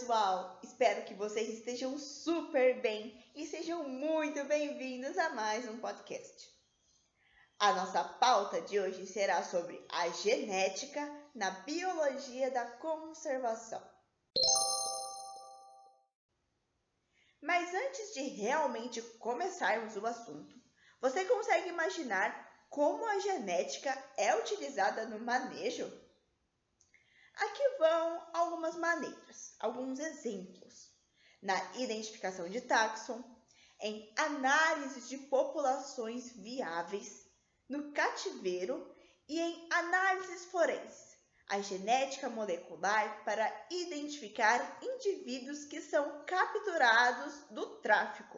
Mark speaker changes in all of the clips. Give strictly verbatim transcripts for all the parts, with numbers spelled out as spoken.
Speaker 1: pessoal! Espero que vocês estejam super bem e sejam muito bem-vindos a mais um podcast. A nossa pauta de hoje será sobre a genética na biologia da conservação. Mas antes de realmente começarmos o assunto, você consegue imaginar como a genética é utilizada no manejo? Aqui vão algumas maneiras, alguns exemplos. Na identificação de táxon, em análise de populações viáveis, no cativeiro e em análises forenses, a genética molecular para identificar indivíduos que são capturados do tráfico.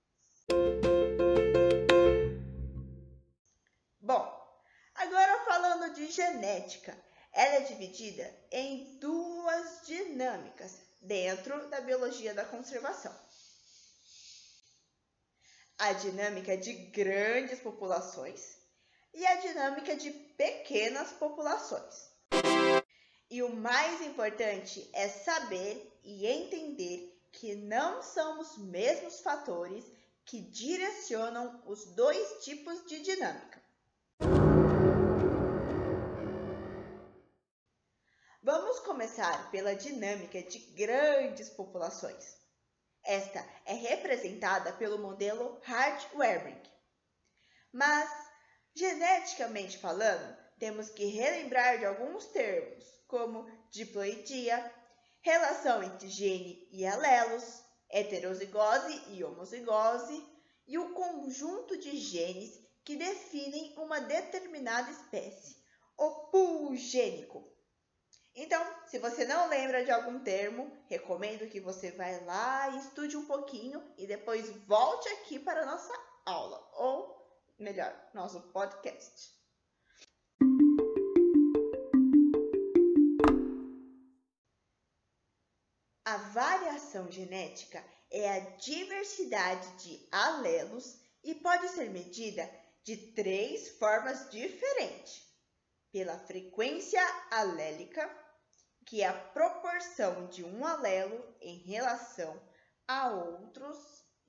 Speaker 1: Bom, agora falando de genética, ela é dividida em duas dinâmicas dentro da biologia da conservação. A dinâmica de grandes populações e a dinâmica de pequenas populações. E o mais importante é saber e entender que não são os mesmos fatores que direcionam os dois tipos de dinâmica. Vamos começar pela dinâmica de grandes populações. Esta é representada pelo modelo Hart-Waring. Mas, geneticamente falando, temos que relembrar de alguns termos, como diploidia, relação entre gene e alelos, heterozigose e homozigose, e o conjunto de genes que definem uma determinada espécie, o pool gênico. Então, se você não lembra de algum termo, recomendo que você vá lá e estude um pouquinho e depois volte aqui para a nossa aula, ou melhor, nosso podcast. A variação genética é a diversidade de alelos e pode ser medida de três formas diferentes: pela frequência alélica, que é a proporção de um alelo em relação a outros,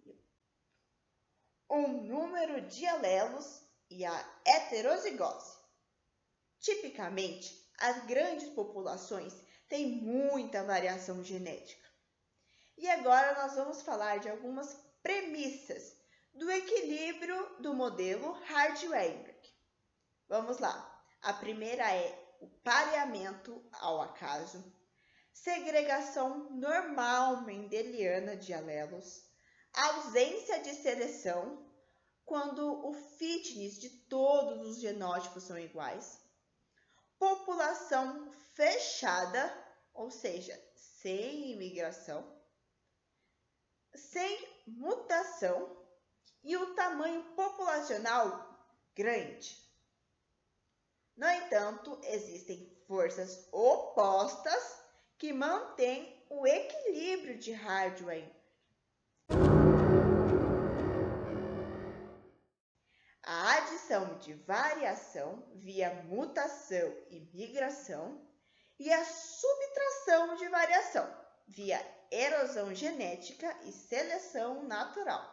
Speaker 1: o número de alelos e a heterozigose. Tipicamente, as grandes populações têm muita variação genética. E agora nós vamos falar de algumas premissas do equilíbrio do modelo Hart-Waring. Vamos lá. A primeira é o pareamento ao acaso, segregação normal mendeliana de alelos, ausência de seleção, quando o fitness de todos os genótipos são iguais, população fechada, ou seja, sem imigração, sem mutação e o tamanho populacional grande. No entanto, existem forças opostas que mantêm o equilíbrio de Hart-Waring. A adição de variação via mutação e migração e a subtração de variação via erosão genética e seleção natural.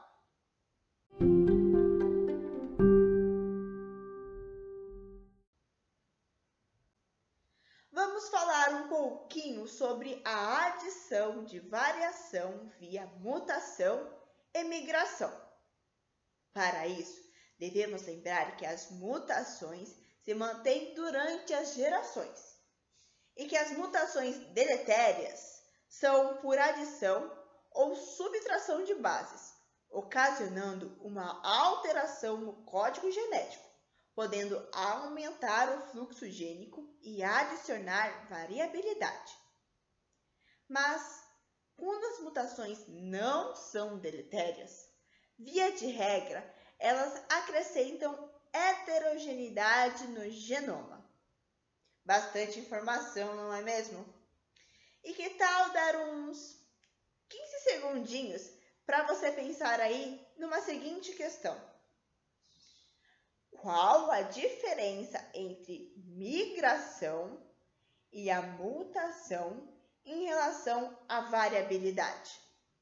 Speaker 1: Vamos falar um pouquinho sobre a adição de variação via mutação e migração. Para isso, devemos lembrar que as mutações se mantêm durante as gerações e que as mutações deletérias são por adição ou subtração de bases, ocasionando uma alteração no código genético, podendo aumentar o fluxo gênico e adicionar variabilidade. Mas, quando as mutações não são deletérias, via de regra, elas acrescentam heterogeneidade no genoma. Bastante informação, não é mesmo? E que tal dar uns quinze segundinhos para você pensar aí numa seguinte questão? Qual a diferença entre migração e a mutação em relação à variabilidade.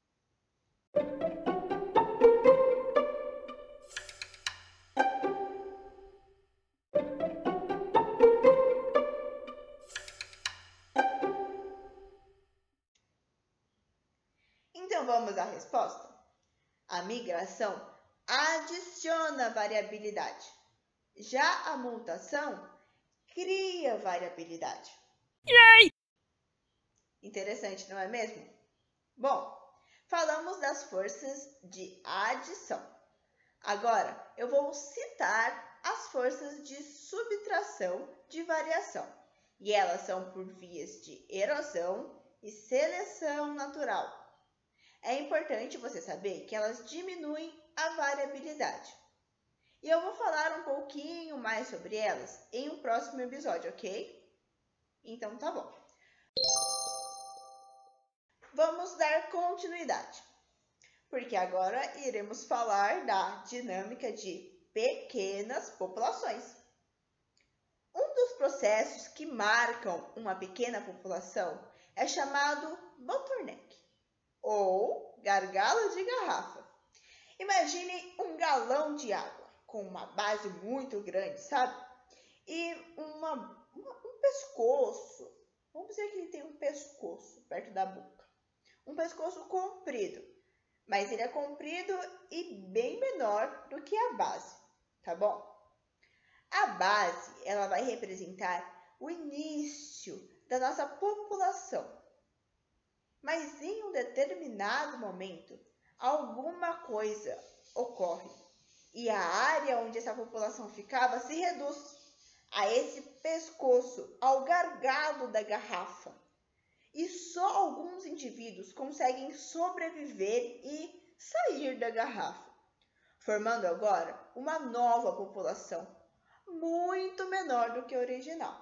Speaker 1: Então vamos à resposta? A migração adiciona variabilidade. Já a mutação cria variabilidade. Yay! Interessante, não é mesmo? Bom, falamos das forças de adição. Agora, eu vou citar as forças de subtração de variação. E elas são por vias de erosão e seleção natural. É importante você saber que elas diminuem a variabilidade. E eu vou falar um pouquinho mais sobre elas em um próximo episódio, ok? Então tá bom. Vamos dar continuidade, porque agora iremos falar da dinâmica de pequenas populações. Um dos processos que marcam uma pequena população é chamado bottleneck, ou gargalo de garrafa. Imagine um galão de água com uma base muito grande, sabe? E uma, uma, um pescoço, vamos dizer que ele tem um pescoço perto da boca. Um pescoço comprido, mas ele é comprido e bem menor do que a base, tá bom? A base, ela vai representar o início da nossa população. Mas em um determinado momento, alguma coisa ocorre e a área onde essa população ficava se reduz a esse pescoço, ao gargalo da garrafa. E só alguns indivíduos conseguem sobreviver e sair da garrafa, formando agora uma nova população, muito menor do que a original.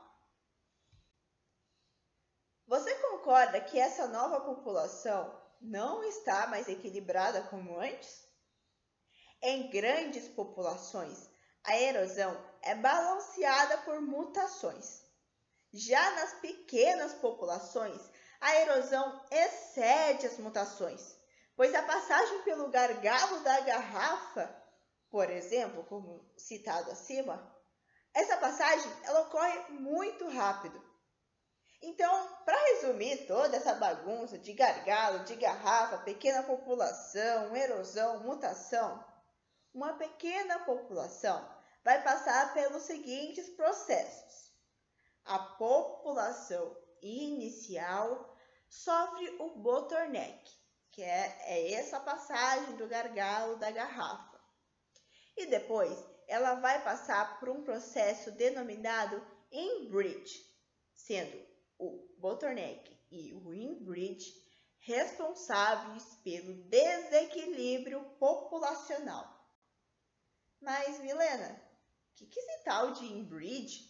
Speaker 1: Você concorda que essa nova população não está mais equilibrada como antes? Em grandes populações, a erosão é balanceada por mutações. Já nas pequenas populações, a erosão excede as mutações, pois a passagem pelo gargalo da garrafa, por exemplo, como citado acima, essa passagem ela ocorre muito rápido. Então, para resumir toda essa bagunça de gargalo, de garrafa, pequena população, erosão, mutação, uma pequena população vai passar pelos seguintes processos. A população inicial sofre o bottleneck, que é, é essa passagem do gargalo da garrafa. E depois ela vai passar por um processo denominado inbreed, sendo o bottleneck e o inbreed responsáveis pelo desequilíbrio populacional. Mas, Milena, o que, que é esse tal de inbreed?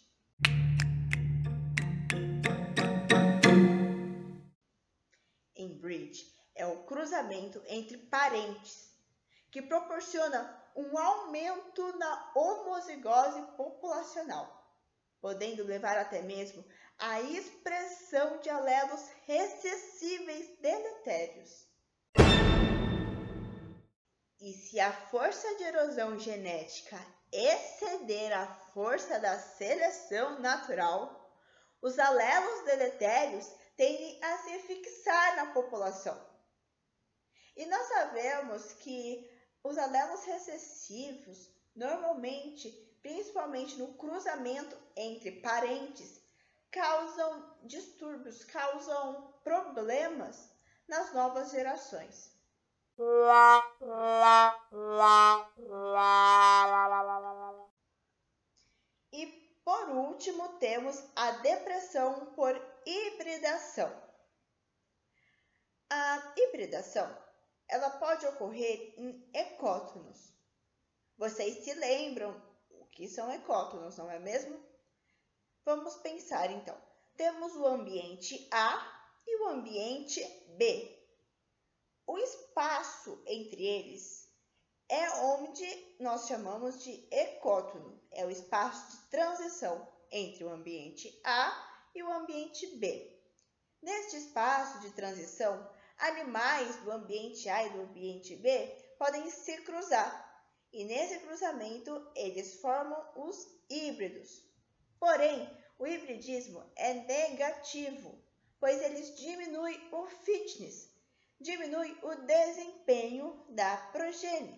Speaker 1: Inbreed é o cruzamento entre parentes, que proporciona um aumento na homozigose populacional, podendo levar até mesmo à expressão de alelos recessíveis deletérios. E se a força de erosão genética exceder a força da seleção natural, os alelos deletérios tendem a se fixar na população. E nós sabemos que os alelos recessivos, normalmente, principalmente no cruzamento entre parentes, causam distúrbios, causam problemas nas novas gerações. E por último, temos a depressão por hibridação. A hibridação, ela pode ocorrer em ecótonos. Vocês se lembram o que são ecótonos, não é mesmo? Vamos pensar então. Temos o ambiente A e o ambiente B. O espaço entre eles é onde nós chamamos de ecótono. É o espaço de transição entre o ambiente A e o ambiente B. Neste espaço de transição, animais do ambiente A e do ambiente B podem se cruzar, e nesse cruzamento eles formam os híbridos. Porém, o hibridismo é negativo, pois eles diminuem o fitness, diminui o desempenho da progênie.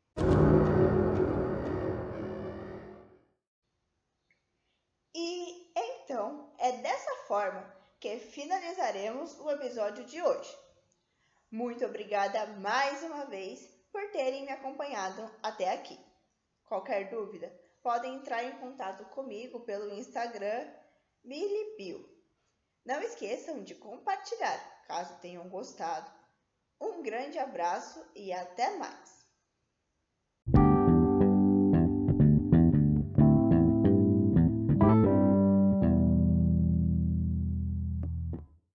Speaker 1: E então é dessa forma que finalizaremos o episódio de hoje. Muito obrigada mais uma vez por terem me acompanhado até aqui. Qualquer dúvida, podem entrar em contato comigo pelo Instagram Milipio. Não esqueçam de compartilhar, caso tenham gostado. Um grande abraço e até mais!